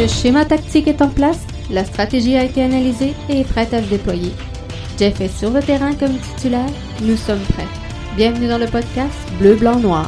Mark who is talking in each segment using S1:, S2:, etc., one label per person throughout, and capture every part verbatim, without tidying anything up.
S1: Le schéma tactique est en place, la stratégie a été analysée et est prête à se déployer. Jeff est sur le terrain comme titulaire, nous sommes prêts. Bienvenue dans le podcast Bleu, Blanc, Noir.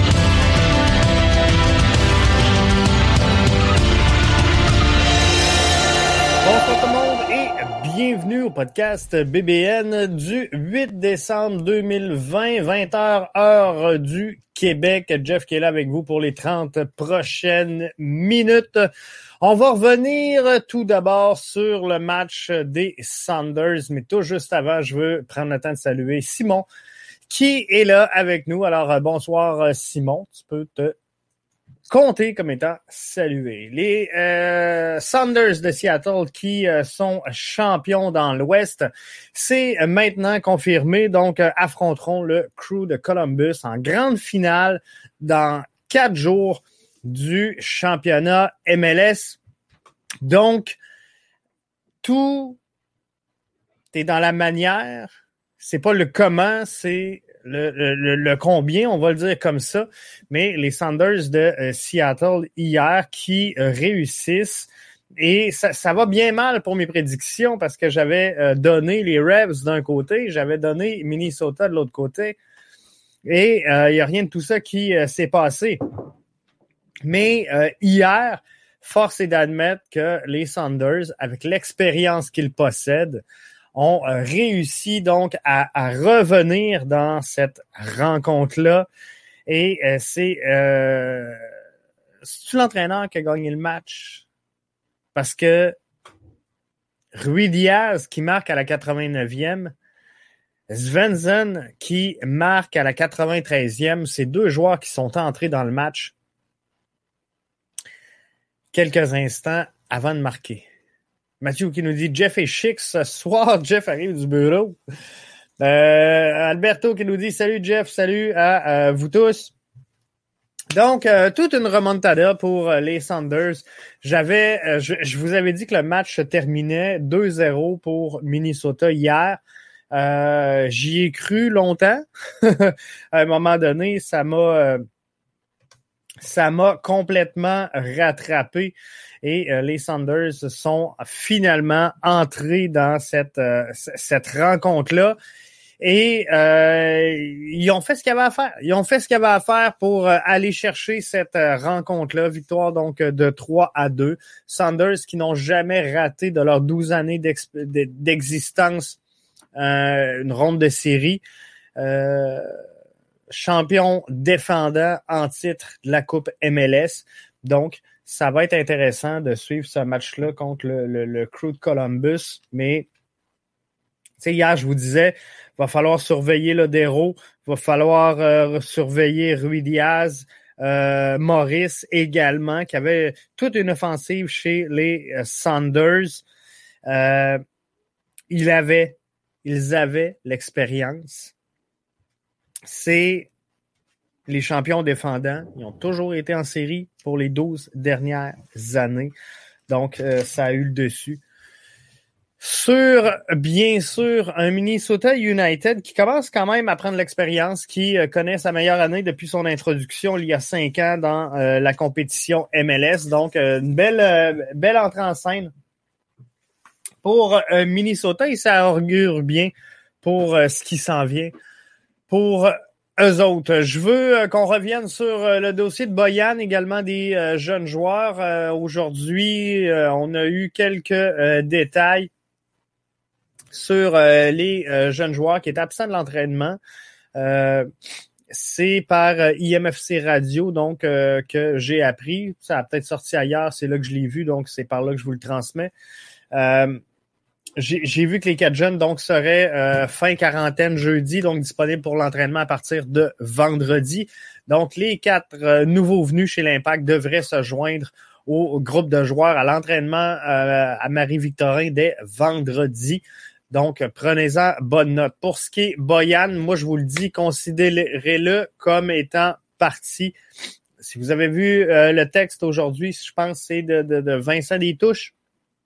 S2: Bonsoir tout le monde et bienvenue au podcast B B N du huit décembre deux mille vingt, vingt heures, heure du Québec. Jeff qui est là avec vous pour les trente prochaines minutes. On va revenir tout d'abord sur le match des Sounders, mais tout juste avant, je veux prendre le temps de saluer Simon qui est là avec nous. Alors, bonsoir Simon, tu peux te compter comme étant salué. Les euh, Sounders de Seattle qui euh, sont champions dans l'Ouest, c'est maintenant confirmé, donc euh, affronteront le Crew de Columbus en grande finale dans quatre jours du championnat M L S. Donc, tout est dans la manière, c'est pas le comment, c'est Le, le, le combien, on va le dire comme ça, mais les Sounders de euh, Seattle hier qui euh, réussissent et ça, ça va bien mal pour mes prédictions parce que j'avais euh, donné les Revs d'un côté, j'avais donné Minnesota de l'autre côté et il euh, n'y a rien de tout ça qui euh, s'est passé. Mais euh, hier, force est d'admettre que les Sounders, avec l'expérience qu'ils possèdent, ont réussi donc à, à revenir dans cette rencontre-là. Et euh, c'est, euh, c'est-tu l'entraîneur qui a gagné le match? Parce que Rui Diaz qui marque à la quatre-vingt-neuvième, Svensson qui marque à la quatre-vingt-treizième, c'est deux joueurs qui sont entrés dans le match quelques instants avant de marquer. Mathieu qui nous dit « Jeff est chic ce soir. » Jeff arrive du bureau. Euh, Alberto qui nous dit « Salut Jeff, salut à, à vous tous. » Donc, euh, toute une remontada pour euh, les Sounders. J'avais, euh, je, je vous avais dit que le match se terminait deux zéro pour Minnesota hier. Euh, j'y ai cru longtemps. À un moment donné, ça m'a... Euh, Ça m'a complètement rattrapé et euh, les Sounders sont finalement entrés dans cette, euh, cette rencontre-là et euh, ils ont fait ce qu'il y avait à faire. Ils ont fait ce qu'il y avait à faire pour euh, aller chercher cette euh, rencontre-là. Victoire donc de trois à deux. Sounders qui n'ont jamais raté de leurs douze années d'ex- d'existence euh, une ronde de série. Euh, champion défendant en titre de la Coupe M L S. Donc, ça va être intéressant de suivre ce match-là contre le, le, le Crew de Columbus. Mais, tu sais, hier, je vous disais, il va falloir surveiller Lodero, il va falloir euh, surveiller Rui Diaz, euh, Maurice également, qui avait toute une offensive chez les euh, Sounders. Euh, il avait, ils avaient l'expérience. C'est les champions défendants. Ils ont toujours été en série pour les douze dernières années. Donc, euh, ça a eu le dessus. Sur, bien sûr, un Minnesota United qui commence quand même à prendre l'expérience, qui euh, connaît sa meilleure année depuis son introduction il y a cinq ans dans euh, la compétition M L S. Donc, euh, une belle, euh, belle entrée en scène pour euh, Minnesota et ça augure bien pour euh, ce qui s'en vient. Pour eux autres, je veux qu'on revienne sur le dossier de Boyan, également des euh, jeunes joueurs. Euh, aujourd'hui, euh, on a eu quelques euh, détails sur euh, les euh, jeunes joueurs qui étaient absents de l'entraînement. Euh, c'est par I M F C Radio donc euh, que j'ai appris. Ça a peut-être sorti ailleurs, c'est là que je l'ai vu, donc c'est par là que je vous le transmets. Euh, J'ai, j'ai vu que les quatre jeunes donc seraient euh, fin quarantaine jeudi, donc disponibles pour l'entraînement à partir de vendredi. Donc, les quatre euh, nouveaux venus chez l'Impact devraient se joindre au, au groupe de joueurs à l'entraînement euh, à Marie-Victorin dès vendredi. Donc, prenez-en bonne note. Pour ce qui est Boyan, moi, je vous le dis, considérez-le comme étant parti. Si vous avez vu euh, le texte aujourd'hui, je pense que c'est de, de, de Vincent Destouches.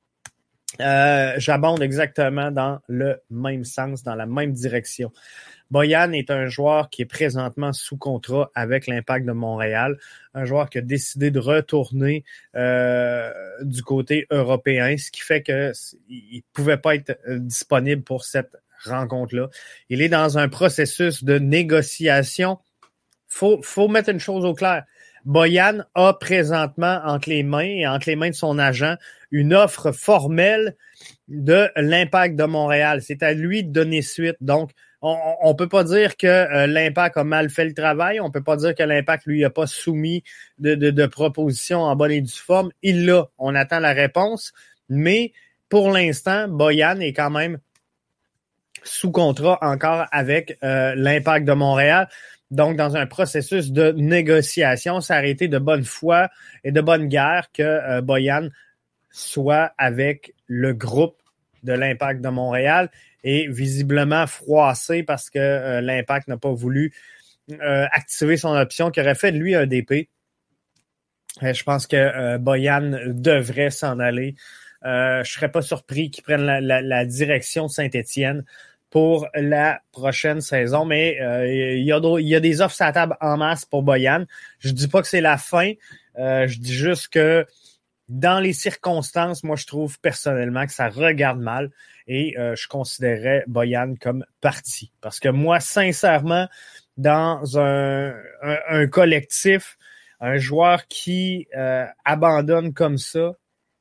S2: Euh, j'abonde exactement dans le même sens, dans la même direction. Bojan est un joueur qui est présentement sous contrat avec l'Impact de Montréal, un joueur qui a décidé de retourner euh, du côté européen, ce qui fait que il pouvait pas être disponible pour cette rencontre-là. Il est dans un processus de négociation. Faut, faut mettre une chose au clair. Bojan a présentement entre les mains et entre les mains de son agent une offre formelle de l'Impact de Montréal. C'est à lui de donner suite. Donc, on ne peut pas dire que euh, l'Impact a mal fait le travail. On peut pas dire que l'Impact, lui, a pas soumis de, de, de propositions en bonne et due forme. Il l'a. On attend la réponse. Mais pour l'instant, Bojan est quand même sous contrat encore avec euh, l'Impact de Montréal. Donc, dans un processus de négociation, ça a été de bonne foi et de bonne guerre que euh, Bojan soit avec le groupe de l'Impact de Montréal et visiblement froissé parce que euh, l'Impact n'a pas voulu euh, activer son option qui aurait fait de lui un D P. Euh, je pense que euh, Bojan devrait s'en aller. Euh, je ne serais pas surpris qu'il prenne la, la, la direction de Saint-Étienne pour la prochaine saison, mais euh, il, y a il y a des offres à la table en masse pour Bojan. Je dis pas que c'est la fin, euh, je dis juste que dans les circonstances, moi je trouve personnellement que ça regarde mal et euh, je considérais Bojan comme parti. Parce que moi, sincèrement, dans un, un, un collectif, un joueur qui euh, abandonne comme ça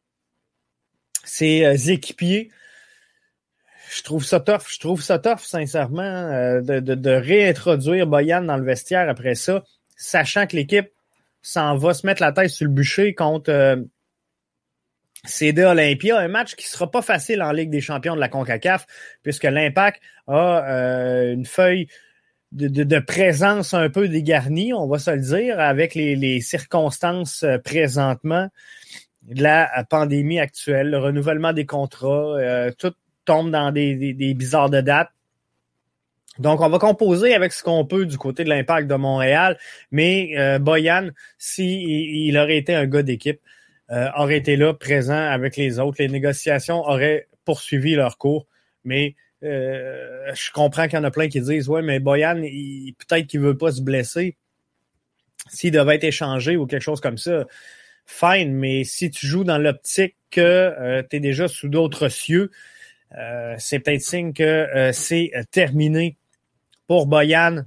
S2: ses euh, équipiers, je trouve ça tough. Je trouve ça tough, sincèrement, euh, de, de, de réintroduire Bojan dans le vestiaire après ça, sachant que l'équipe s'en va se mettre la tête sur le bûcher contre euh, C D Olympia, un match qui sera pas facile en Ligue des champions de la CONCACAF, puisque l'Impact a euh, une feuille de, de, de présence un peu dégarnie, on va se le dire, avec les, les circonstances euh, présentement de la pandémie actuelle, le renouvellement des contrats, euh, tout tombe dans des, des, des bizarres de date. Donc, on va composer avec ce qu'on peut du côté de l'Impact de Montréal, mais euh, Bojan, s'il il aurait été un gars d'équipe, euh, aurait été là, présent avec les autres. Les négociations auraient poursuivi leur cours, mais euh, je comprends qu'il y en a plein qui disent « Ouais, mais Bojan, il, peut-être qu'il veut pas se blesser. S'il devait être échangé ou quelque chose comme ça, fine, mais si tu joues dans l'optique que euh, tu es déjà sous d'autres cieux, Euh, c'est peut-être signe que euh, c'est terminé pour Bojan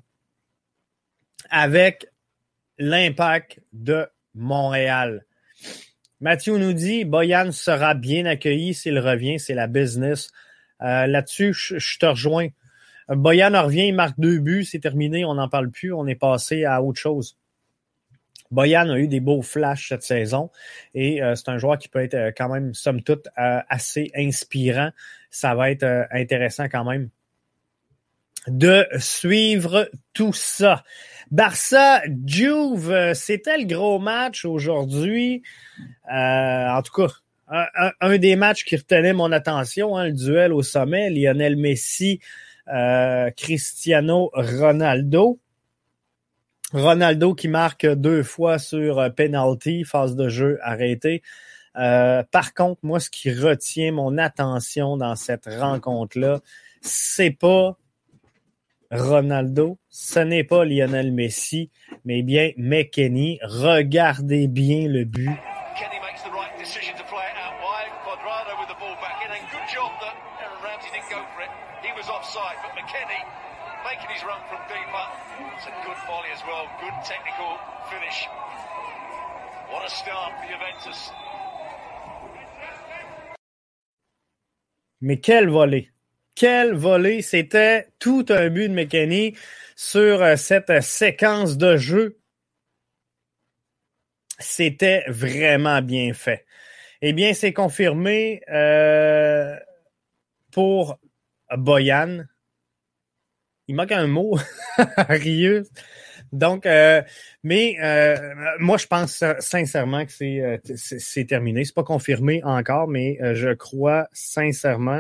S2: avec l'Impact de Montréal. Mathieu nous dit Bojan sera bien accueilli s'il revient, c'est la business. Euh, là-dessus, je, je te rejoins. Bojan revient, il marque deux buts, c'est terminé, on n'en parle plus, on est passé à autre chose. Bojan a eu des beaux flashs cette saison et euh, c'est un joueur qui peut être euh, quand même, somme toute, euh, assez inspirant. Ça va être euh, intéressant quand même de suivre tout ça. Barça Juve, c'était le gros match aujourd'hui. Euh, en tout cas, un, un, un des matchs qui retenait mon attention, hein, le duel au sommet, Lionel Messi, euh, Cristiano Ronaldo. Ronaldo qui marque deux fois sur penalty, phase de jeu arrêtée. Euh, par contre, moi, ce qui retient mon attention dans cette rencontre-là, c'est pas Ronaldo, ce n'est pas Lionel Messi, mais bien McKennie. Regardez bien le but. Kenny makes the right decision to play it out wide. Quadrado with the ball back in, and good job that Aaron Ramsey didn't go for it. He was offside, but McKennie making his run from deeper. It's a good volley as well. Good technical finish. What a start for Juventus. Mais quel volley! Quel volley! C'était tout un but de McKennie sur cette séquence de jeu. C'était vraiment bien fait. Eh bien, c'est confirmé euh, pour Bojan. Il manque un mot, Rieux. Donc, euh, mais euh, moi, je pense sincèrement que c'est, euh, c'est, c'est terminé. C'est pas confirmé encore, mais euh, je crois sincèrement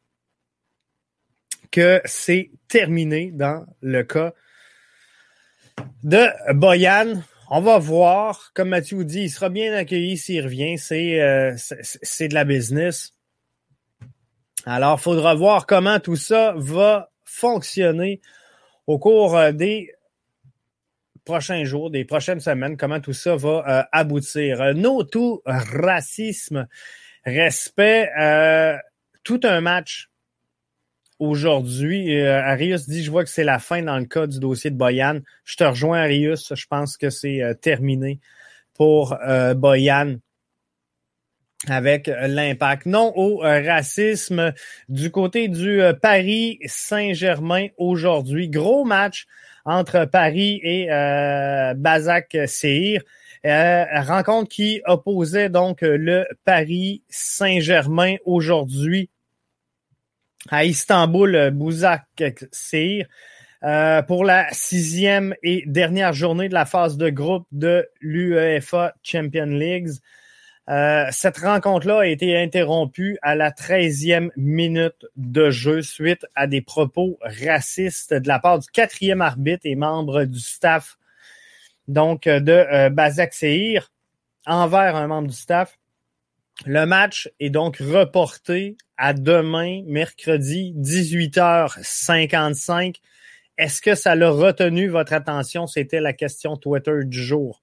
S2: que c'est terminé dans le cas de Bojan. On va voir. Comme Mathieu dit, il sera bien accueilli s'il revient. C'est, euh, c'est, c'est de la business. Alors, il faudra voir comment tout ça va fonctionner au cours euh, des prochains jours, des prochaines semaines, comment tout ça va euh, aboutir. Euh, no to racisme, respect, euh, tout un match aujourd'hui. Euh, Arius dit, je vois que c'est la fin dans le cas du dossier de Boyan. Je te rejoins, Arius. Je pense que c'est euh, terminé pour euh, Boyan avec l'Impact. Non au euh, racisme du côté du euh, Paris Saint-Germain aujourd'hui. Gros match entre Paris et euh, Basak Seir. Euh, rencontre qui opposait donc le Paris Saint-Germain aujourd'hui à Istanbul, Basak Seir, euh, pour la sixième et dernière journée de la phase de groupe de l'UEFA Champions League. Euh, cette rencontre-là a été interrompue à la treizième minute de jeu suite à des propos racistes de la part du quatrième arbitre et membre du staff donc de euh, Basak Seir envers un membre du staff. Le match est donc reporté à demain, mercredi, dix-huit heures cinquante-cinq. Est-ce que ça l'a retenu votre attention? C'était la question Twitter du jour.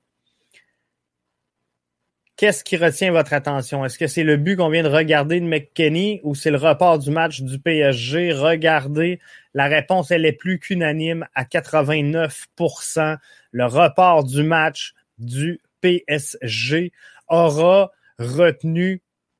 S2: Qu'est-ce qui retient votre attention? Est-ce que c'est le but qu'on vient de regarder de McKennie ou c'est le report du match du P S G? Regardez, la réponse, elle est plus qu'unanime à quatre-vingt-neuf pour cent. Le report du match du P S G aura retenu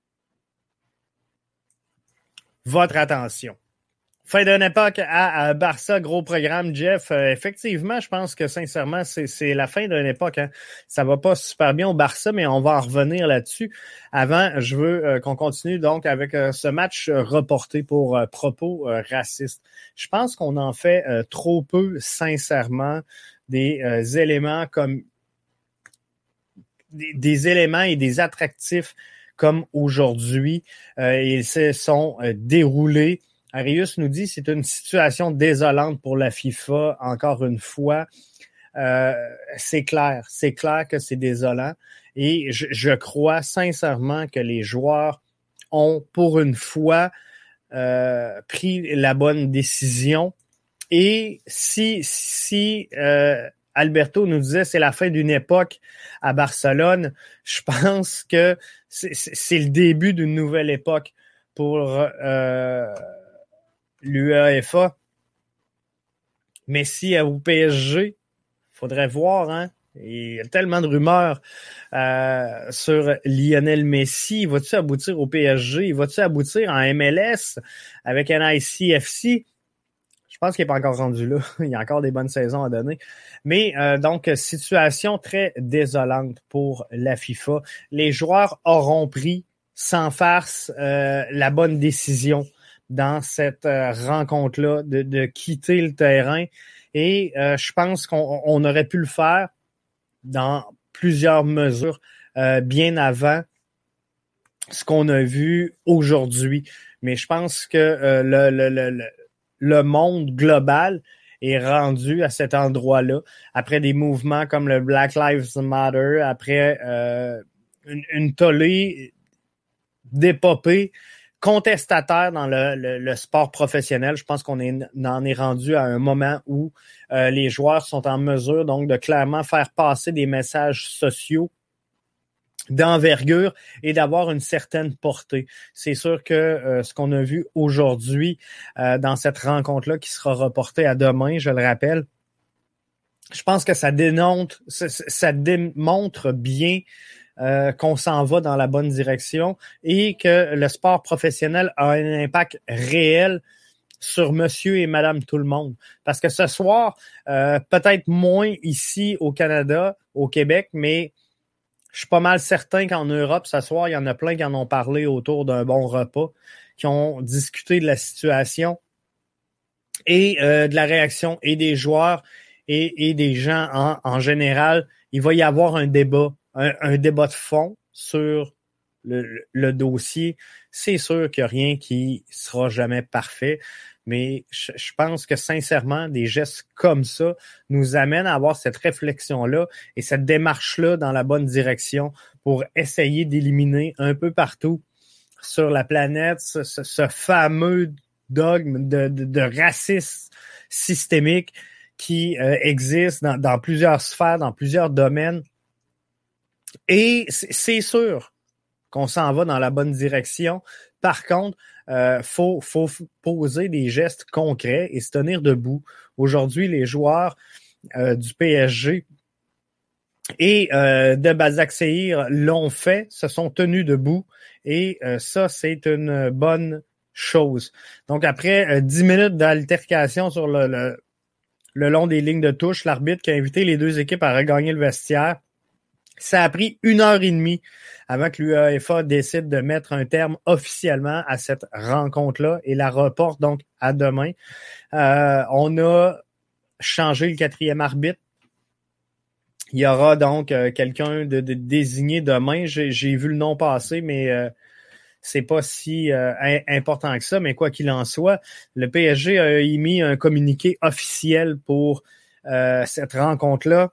S2: votre attention. Fin d'une époque à, à Barça, gros programme, Jeff. Euh, effectivement, je pense que sincèrement, c'est, c'est la fin d'une époque. Hein. Ça va pas super bien au Barça, mais on va en revenir là-dessus. Avant, je veux euh, qu'on continue donc avec euh, ce match euh, reporté pour euh, propos euh, racistes. Je pense qu'on en fait euh, trop peu, sincèrement, des euh, éléments comme des, des éléments et des attractifs comme aujourd'hui. Euh, ils se sont euh, déroulés. Arius nous dit c'est une situation désolante pour la FIFA, encore une fois. Euh, c'est clair, c'est clair que c'est désolant. Et je, je crois sincèrement que les joueurs ont, pour une fois, euh, pris la bonne décision. Et si, si euh, Alberto nous disait c'est la fin d'une époque à Barcelone, je pense que c'est, c'est le début d'une nouvelle époque pour... Euh, l'UEFA. Messi au P S G, faudrait voir, hein? Il y a tellement de rumeurs euh, sur Lionel Messi. Va-t-il aboutir au P S G? Va-t-il aboutir en M L S avec N I C F C? Je pense qu'il n'est pas encore rendu là. Il y a encore des bonnes saisons à donner. Mais euh, donc, situation très désolante pour la FIFA. Les joueurs auront pris, sans farce, euh, la bonne décision dans cette euh, rencontre-là, de, de quitter le terrain. Et euh, je pense qu'on on aurait pu le faire dans plusieurs mesures euh, bien avant ce qu'on a vu aujourd'hui. Mais je pense que euh, le, le, le, le monde global est rendu à cet endroit-là, après des mouvements comme le Black Lives Matter, après euh, une, une tollée d'épopées contestataire dans le, le, le sport professionnel. Je pense qu'on est, en est rendu à un moment où euh, les joueurs sont en mesure donc de clairement faire passer des messages sociaux d'envergure et d'avoir une certaine portée. C'est sûr que euh, ce qu'on a vu aujourd'hui euh, dans cette rencontre-là qui sera reportée à demain, je le rappelle, je pense que ça dénonce, ça, ça démontre bien Euh, qu'on s'en va dans la bonne direction et que le sport professionnel a un impact réel sur monsieur et madame tout le monde. Parce que ce soir, euh, peut-être moins ici au Canada, au Québec, mais je suis pas mal certain qu'en Europe, ce soir, il y en a plein qui en ont parlé autour d'un bon repas, qui ont discuté de la situation et euh, de la réaction et des joueurs et, et des gens en, en général. Il va y avoir un débat. Un, un débat de fond sur le, le dossier. C'est sûr qu'il n'y a rien qui sera jamais parfait, mais je, je pense que sincèrement, des gestes comme ça nous amènent à avoir cette réflexion-là et cette démarche-là dans la bonne direction pour essayer d'éliminer un peu partout sur la planète ce, ce, ce fameux dogme de, de, de racisme systémique qui euh, existent dans, dans plusieurs sphères, dans plusieurs domaines. Et c'est, c'est sûr qu'on s'en va dans la bonne direction. Par contre, euh, faut, faut poser des gestes concrets et se tenir debout. Aujourd'hui, les joueurs euh, du P S G et euh, de Basaksehir l'ont fait, se sont tenus debout et euh, ça, c'est une bonne chose. Donc, après euh, dix minutes d'altercation sur le, le, le long des lignes de touche, l'arbitre qui a invité les deux équipes à regagner le vestiaire, ça a pris une heure et demie avant que l'U E F A décide de mettre un terme officiellement à cette rencontre-là et la reporte donc à demain. Euh, on a changé le quatrième arbitre. Il y aura donc euh, quelqu'un de, de désigné demain. J'ai, j'ai vu le nom passer, mais euh, c'est pas si euh, important que ça. Mais quoi qu'il en soit, le P S G a émis un communiqué officiel pour euh, cette rencontre-là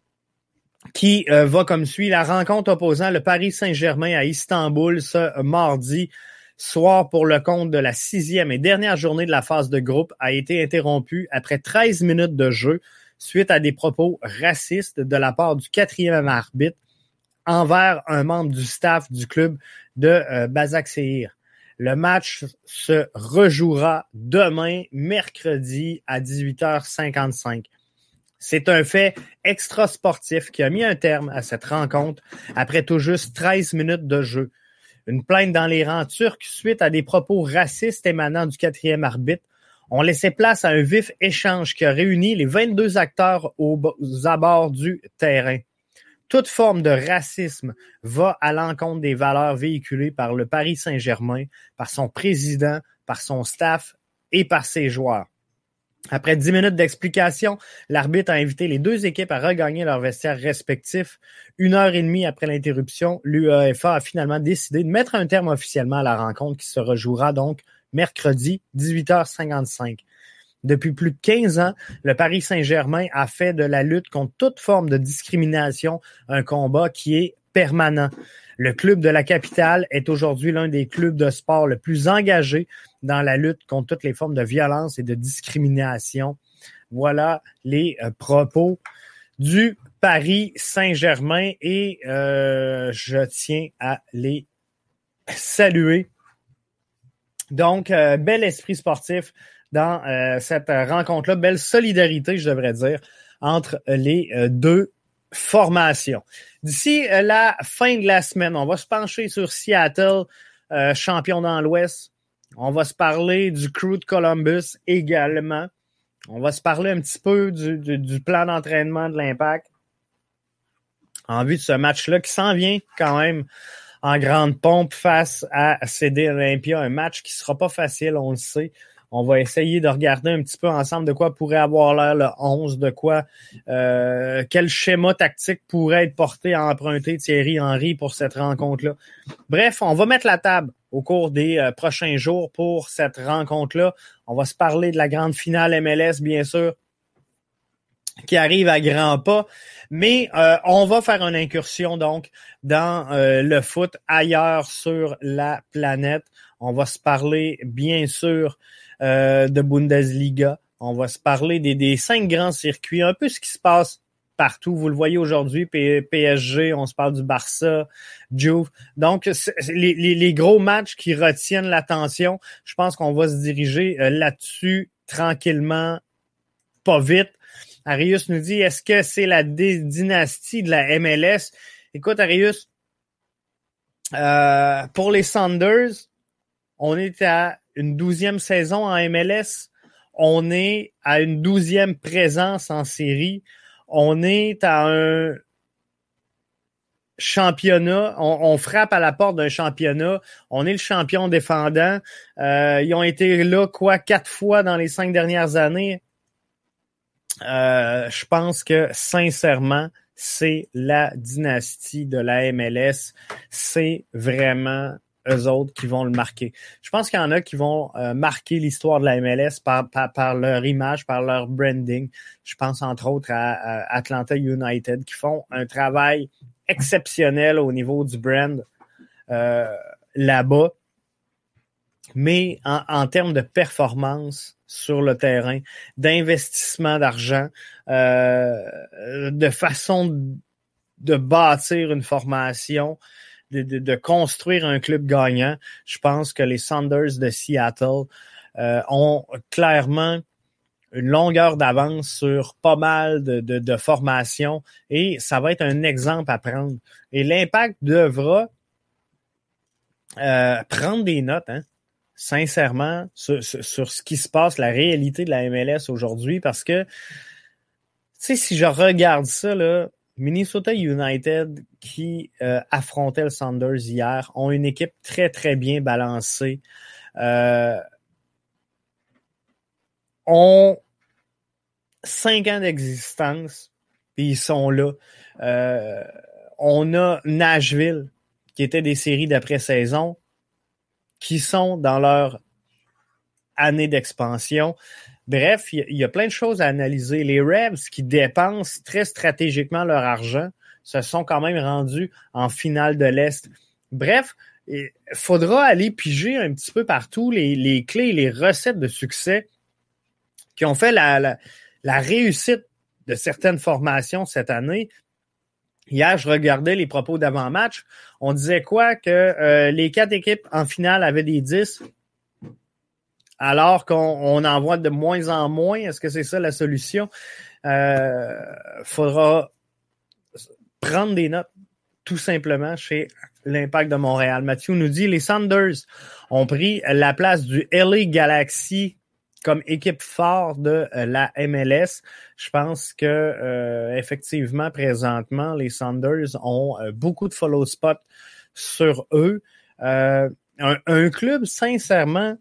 S2: qui euh, va comme suit. La rencontre opposant le Paris Saint-Germain à Istanbul ce mardi soir pour le compte de la sixième et dernière journée de la phase de groupe a été interrompue après treize minutes de jeu suite à des propos racistes de la part du quatrième arbitre envers un membre du staff du club de euh, Basaksehir. Le match se rejouera demain, mercredi, à dix-huit heures cinquante-cinq. C'est un fait extra-sportif qui a mis un terme à cette rencontre après tout juste treize minutes de jeu. Une plainte dans les rangs turcs suite à des propos racistes émanant du quatrième arbitre ont laissé place à un vif échange qui a réuni les vingt-deux acteurs aux abords du terrain. Toute forme de racisme va à l'encontre des valeurs véhiculées par le Paris Saint-Germain, par son président, par son staff et par ses joueurs. Après dix minutes d'explication, l'arbitre a invité les deux équipes à regagner leurs vestiaires respectifs. Une heure et demie après l'interruption, l'U E F A a finalement décidé de mettre un terme officiellement à la rencontre qui se rejouera donc mercredi, dix-huit heures cinquante-cinq. Depuis plus de quinze ans, le Paris Saint-Germain a fait de la lutte contre toute forme de discrimination un combat qui est permanent. Le club de la capitale est aujourd'hui l'un des clubs de sport le plus engagé dans la lutte contre toutes les formes de violence et de discrimination. Voilà les euh, propos du Paris Saint-Germain et euh, je tiens à les saluer. Donc, euh, bel esprit sportif dans euh, cette rencontre-là, belle solidarité, je devrais dire, entre les euh, deux formations. D'ici euh, la fin de la semaine, on va se pencher sur Seattle, euh, champion dans l'Ouest. On va se parler du Crew de Columbus également. On va se parler un petit peu du, du, du plan d'entraînement de l'Impact en vue de ce match-là qui s'en vient quand même en grande pompe face à C D Olympia. Un match qui sera pas facile, on le sait. On va essayer de regarder un petit peu ensemble de quoi pourrait avoir l'air le onze, de quoi, euh, quel schéma tactique pourrait être porté à emprunter Thierry Henry pour cette rencontre-là. Bref, on va mettre la table au cours des euh, prochains jours pour cette rencontre-là. On va se parler de la grande finale M L S, bien sûr, qui arrive à grands pas. Mais euh, on va faire une incursion, donc, dans euh, le foot ailleurs sur la planète. On va se parler, bien sûr, Euh, de Bundesliga. On va se parler des, des cinq grands circuits, un peu ce qui se passe partout. Vous le voyez aujourd'hui, P- PSG, on se parle du Barça, Juve. Donc, les, les, les gros matchs qui retiennent l'attention, je pense qu'on va se diriger euh, là-dessus tranquillement, pas vite. Arius nous dit, est-ce que c'est la dé- dynastie de la M L S? Écoute, Arius, euh, pour les Sounders, on est à une douzième saison en M L S. On est à une douzième présence en série. On est à un championnat. On, on frappe à la porte d'un championnat. On est le champion défendant. Euh, ils ont été là, quoi, quatre fois dans les cinq dernières années. Euh, je pense que, sincèrement, c'est la dynastie de la M L S. C'est vraiment eux autres qui vont le marquer. Je pense qu'il y en a qui vont euh, marquer l'histoire de la M L S par, par, par leur image, par leur branding. Je pense entre autres à, à Atlanta United qui font un travail exceptionnel au niveau du brand euh, là-bas. mais en, en termes de performance sur le terrain, d'investissement d'argent, euh, de façon de bâtir une formation, de, de, de construire un club gagnant, je pense que les Sounders de Seattle euh, ont clairement une longueur d'avance sur pas mal de, de, de formations et ça va être un exemple à prendre. Et l'Impact devra euh, prendre des notes, hein, sincèrement, sur, sur, sur ce qui se passe, la réalité de la M L S aujourd'hui, parce que, tu sais, si je regarde ça, là, Minnesota United, qui euh, affrontait le Sounders hier, ont une équipe très, très bien balancée. Euh, ont cinq ans d'existence, puis ils sont là. Euh, on a Nashville, qui était des séries d'après-saison, qui sont dans leur année d'expansion. Bref, il y, y a plein de choses à analyser. Les Revs, qui dépensent très stratégiquement leur argent, se sont quand même rendus en finale de l'Est. Bref, il faudra aller piger un petit peu partout les, les clés, les recettes de succès qui ont fait la, la, la réussite de certaines formations cette année. Hier, je regardais les propos d'avant-match. On disait quoi? Que euh, les quatre équipes en finale avaient des dix, alors qu'on on en voit de moins en moins. Est-ce que c'est ça la solution? Euh, faudra prendre des notes, tout simplement, chez l'Impact de Montréal. Mathieu nous dit, les Sounders ont pris la place du L A Galaxy comme équipe forte de la M L S. Je pense que euh, effectivement, présentement, les Sounders ont euh, beaucoup de follow spots sur eux. Euh, un, un club, sincèrement,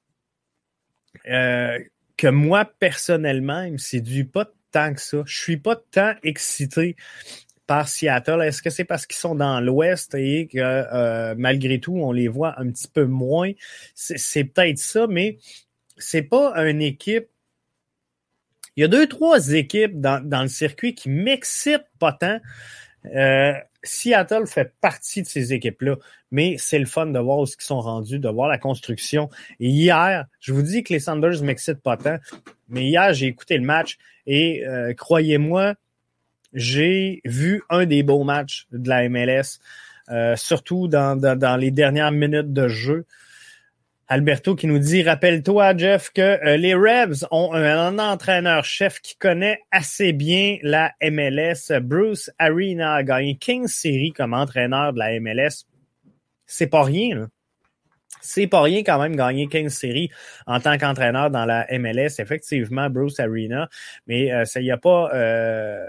S2: euh, que moi, personnellement, il me séduit pas tant que ça. Je suis pas tant excité par Seattle. Est-ce que c'est parce qu'ils sont dans l'Ouest et que euh, malgré tout, on les voit un petit peu moins? C'est, c'est peut-être ça, mais c'est pas une équipe. Il y a deux, trois équipes dans, dans le circuit qui m'excitent pas tant. Euh, Seattle fait partie de ces équipes-là, mais c'est le fun de voir où ils sont rendus, de voir la construction. Et hier, je vous dis que les Sounders m'excitent pas tant, mais hier, j'ai écouté le match et euh, croyez-moi, j'ai vu un des beaux matchs de la M L S, euh, surtout dans, dans, dans les dernières minutes de jeu. Alberto qui nous dit, rappelle-toi, Jeff, que euh, les Revs ont un, un entraîneur-chef qui connaît assez bien la M L S. Bruce Arena a gagné quinze séries comme entraîneur de la M L S. C'est pas rien, là. C'est pas rien quand même gagner quinze séries en tant qu'entraîneur dans la M L S. Effectivement, Bruce Arena, mais euh, ça y a pas... Euh,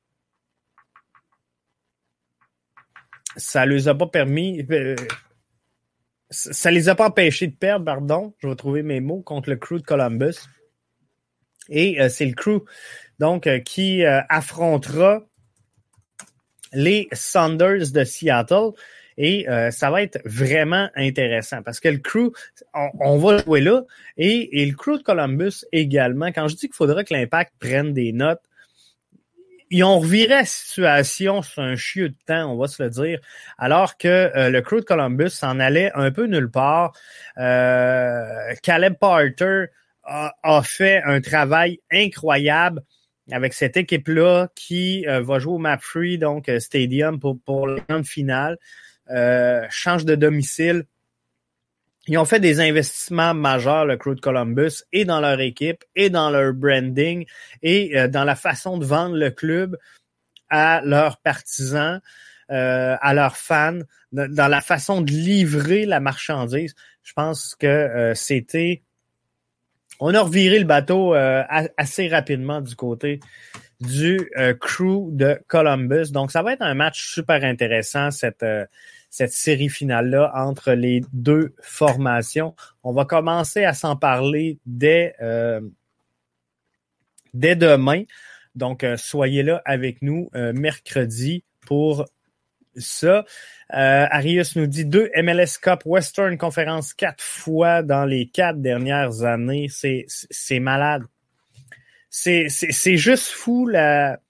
S2: ça les a pas permis... Euh, Ça les a pas empêchés de perdre, pardon, je vais trouver mes mots, contre le Crew de Columbus. Et euh, c'est le Crew, donc, euh, qui euh, affrontera les Sounders de Seattle. Et euh, ça va être vraiment intéressant parce que le Crew, on, on va jouer là. Et, et le Crew de Columbus également. Quand je dis qu'il faudra que l'Impact prenne des notes, ils ont reviré la situation sur un chieux de temps, on va se le dire, alors que euh, le Crew de Columbus s'en allait un peu nulle part. Euh, Caleb Porter a, a fait un travail incroyable avec cette équipe-là qui euh, va jouer au Mapfre, donc euh, Stadium, pour, pour la grande finale. Euh, change de domicile. Ils ont fait des investissements majeurs, le Crew de Columbus, et dans leur équipe, et dans leur branding, et euh, dans la façon de vendre le club à leurs partisans, euh, à leurs fans, dans la façon de livrer la marchandise. Je pense que euh, c'était... On a reviré le bateau euh, assez rapidement du côté du euh, Crew de Columbus. Donc, ça va être un match super intéressant, cette... Euh, cette série finale-là entre les deux formations. On va commencer à s'en parler dès, euh, dès demain. Donc, euh, soyez là avec nous euh, mercredi pour ça. Euh, Arius nous dit deux M L S Cup Western Conference quatre fois dans les quatre dernières années. C'est, c'est malade. C'est, c'est, c'est juste fou la...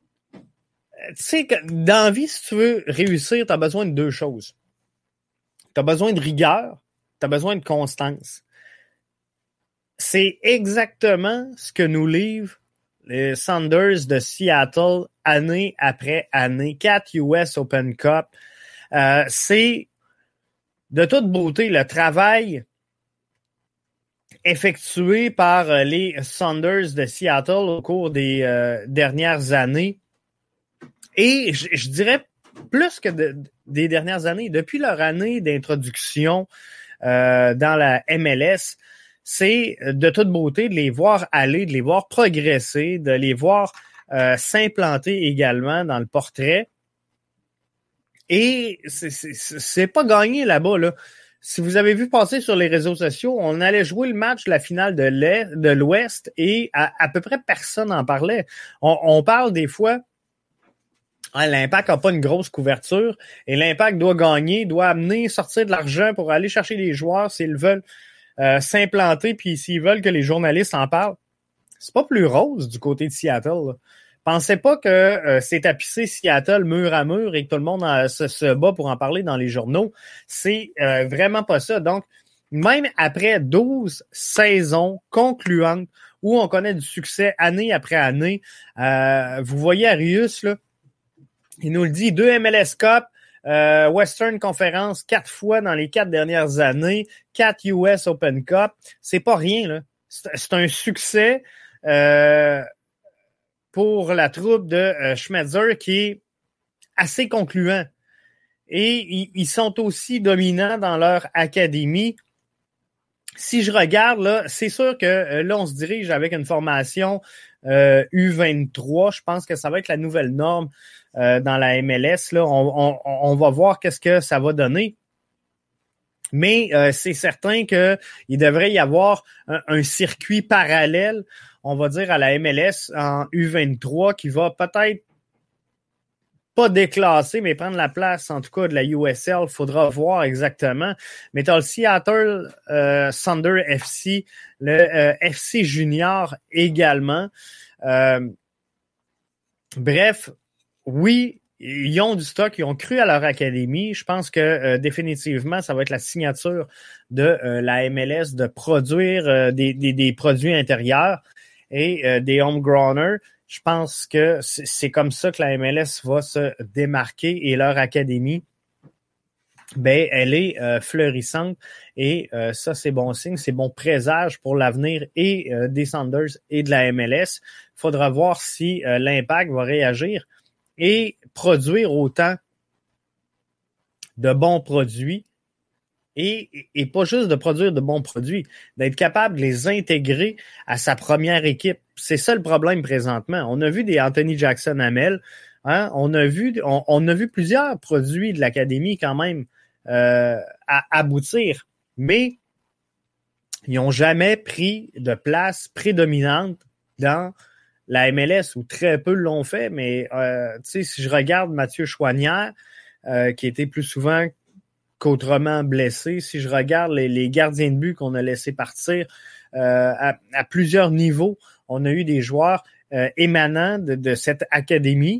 S2: Tu sais, dans la vie, si tu veux réussir, tu as besoin de deux choses. tu as besoin de rigueur, tu as besoin de constance. C'est exactement ce que nous livrent les Sounders de Seattle année après année. Quatre U S Open Cup. Euh, c'est de toute beauté le travail effectué par les Sounders de Seattle au cours des euh, dernières années. Et je, je dirais plus que de, des dernières années, depuis leur année d'introduction euh, dans la M L S, c'est de toute beauté de les voir aller, de les voir progresser, de les voir euh, s'implanter également dans le portrait. Et c'est, c'est, c'est pas gagné là-bas, là. Si vous avez vu passer sur les réseaux sociaux, on allait jouer le match de la finale de l'Est, de l'Ouest et à, à peu près personne n'en parlait. On, on parle des fois, hein, l'Impact n'a pas une grosse couverture et l'Impact doit gagner, doit amener, sortir de l'argent pour aller chercher les joueurs s'ils veulent euh, s'implanter puis s'ils veulent que les journalistes en parlent. C'est pas plus rose du côté de Seattle, là. Pensez pas que euh, c'est tapissé Seattle mur à mur et que tout le monde euh, se, se bat pour en parler dans les journaux. C'est euh, vraiment pas ça. Donc, même après douze saisons concluantes où on connaît du succès année après année, euh, vous voyez Arius, là, il nous le dit, deux M L S Cup, euh, Western Conference quatre fois dans les quatre dernières années, quatre U S Open Cup. C'est pas rien, là. C'est, c'est un succès euh, pour la troupe de euh, Schmetzer qui est assez concluant. Et ils, ils sont aussi dominants dans leur académie. Si je regarde, là, c'est sûr que euh, là, on se dirige avec une formation euh, U vingt-trois. Je pense que ça va être la nouvelle norme euh, dans la M L S. Là. On, on, on va voir qu'est-ce que ça va donner. Mais euh, c'est certain qu'il devrait y avoir un, un circuit parallèle, on va dire, à la M L S en U vingt-trois qui va peut-être pas déclasser, mais prendre la place, en tout cas, de la U S L. Il faudra voir exactement. Mais tu as le Seattle euh, Thunder F C, le euh, F C Junior également. Euh, bref, oui, ils ont du stock, ils ont cru à leur académie. Je pense que euh, définitivement, ça va être la signature de euh, la M L S de produire euh, des, des, des produits intérieurs et euh, des homegrowners. Je pense que c'est, c'est comme ça que la M L S va se démarquer et leur académie, ben, elle est euh, fleurissante et euh, ça, c'est bon signe, c'est bon présage pour l'avenir et euh, des Sounders et de la M L S. Il faudra voir si euh, l'Impact va réagir et produire autant de bons produits et, et pas juste de produire de bons produits, d'être capable de les intégrer à sa première équipe. C'est ça le problème présentement. On a vu des Anthony Jackson-Hamel, hein, on a vu on, on a vu plusieurs produits de l'académie quand même euh, à aboutir, mais ils n'ont jamais pris de place prédominante dans la M L S, ou très peu l'ont fait, mais euh, tu sais, si je regarde Mathieu Choinière, euh, qui était plus souvent qu'autrement blessé, si je regarde les, les gardiens de but qu'on a laissés partir euh, à, à plusieurs niveaux, on a eu des joueurs euh, émanant de, de cette académie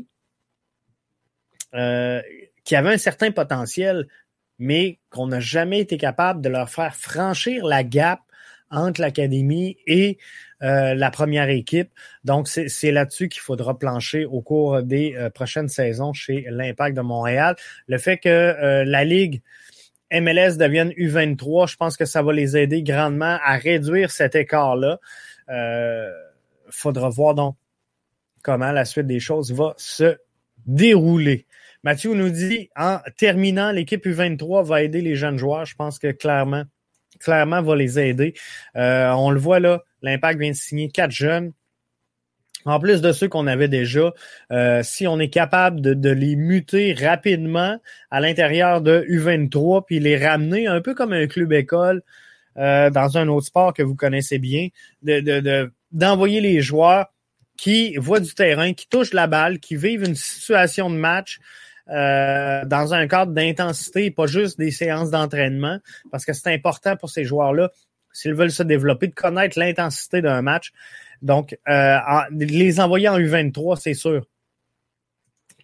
S2: euh, qui avaient un certain potentiel, mais qu'on n'a jamais été capable de leur faire franchir la gap entre l'académie et euh, la première équipe. Donc, c'est, c'est là-dessus qu'il faudra plancher au cours des euh, prochaines saisons chez l'Impact de Montréal. Le fait que euh, la Ligue M L S devienne U vingt-trois, je pense que ça va les aider grandement à réduire cet écart-là. Euh, faudra voir donc comment la suite des choses va se dérouler. Mathieu nous dit, en terminant, l'équipe U vingt-trois va aider les jeunes joueurs. Je pense que clairement, clairement va les aider. Euh, on le voit là, l'Impact vient de signer quatre jeunes. En plus de ceux qu'on avait déjà, euh, si on est capable de, de les muter rapidement à l'intérieur de U vingt-trois puis les ramener un peu comme un club école euh, dans un autre sport que vous connaissez bien, de, de, de, d'envoyer les joueurs qui voient du terrain, qui touchent la balle, qui vivent une situation de match euh, dans un cadre d'intensité, pas juste des séances d'entraînement, parce que c'est important pour ces joueurs-là, s'ils veulent se développer, de connaître l'intensité d'un match. Donc, euh, en, les envoyer en U vingt-trois, c'est sûr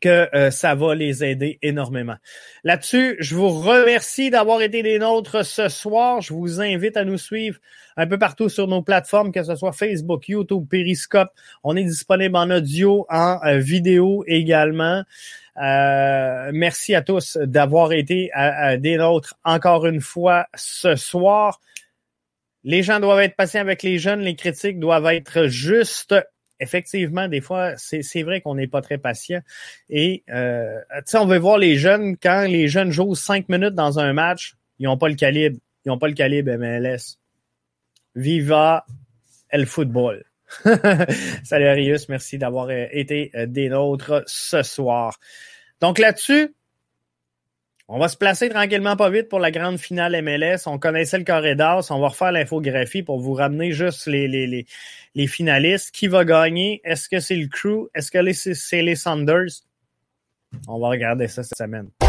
S2: que euh, ça va les aider énormément. Là-dessus, je vous remercie d'avoir été des nôtres ce soir. Je vous invite à nous suivre un peu partout sur nos plateformes, que ce soit Facebook, YouTube, Periscope. On est disponible en audio, en euh, vidéo également. Euh, merci à tous d'avoir été à, à des nôtres encore une fois ce soir. Les gens doivent être patients avec les jeunes, les critiques doivent être justes. Effectivement, des fois, c'est, c'est vrai qu'on n'est pas très patient. Et, euh, tu sais, on veut voir les jeunes, quand les jeunes jouent cinq minutes dans un match, ils n'ont pas le calibre. Ils n'ont pas le calibre M L S. Viva el football. Salut Arius, merci d'avoir été des nôtres ce soir. Donc là-dessus, on va se placer tranquillement pas vite pour la grande finale M L S. On connaissait le carré d'as. On va refaire l'infographie pour vous ramener juste les, les, les, les finalistes. Qui va gagner? Est-ce que c'est le Crew? Est-ce que c'est les Sounders? On va regarder ça cette semaine.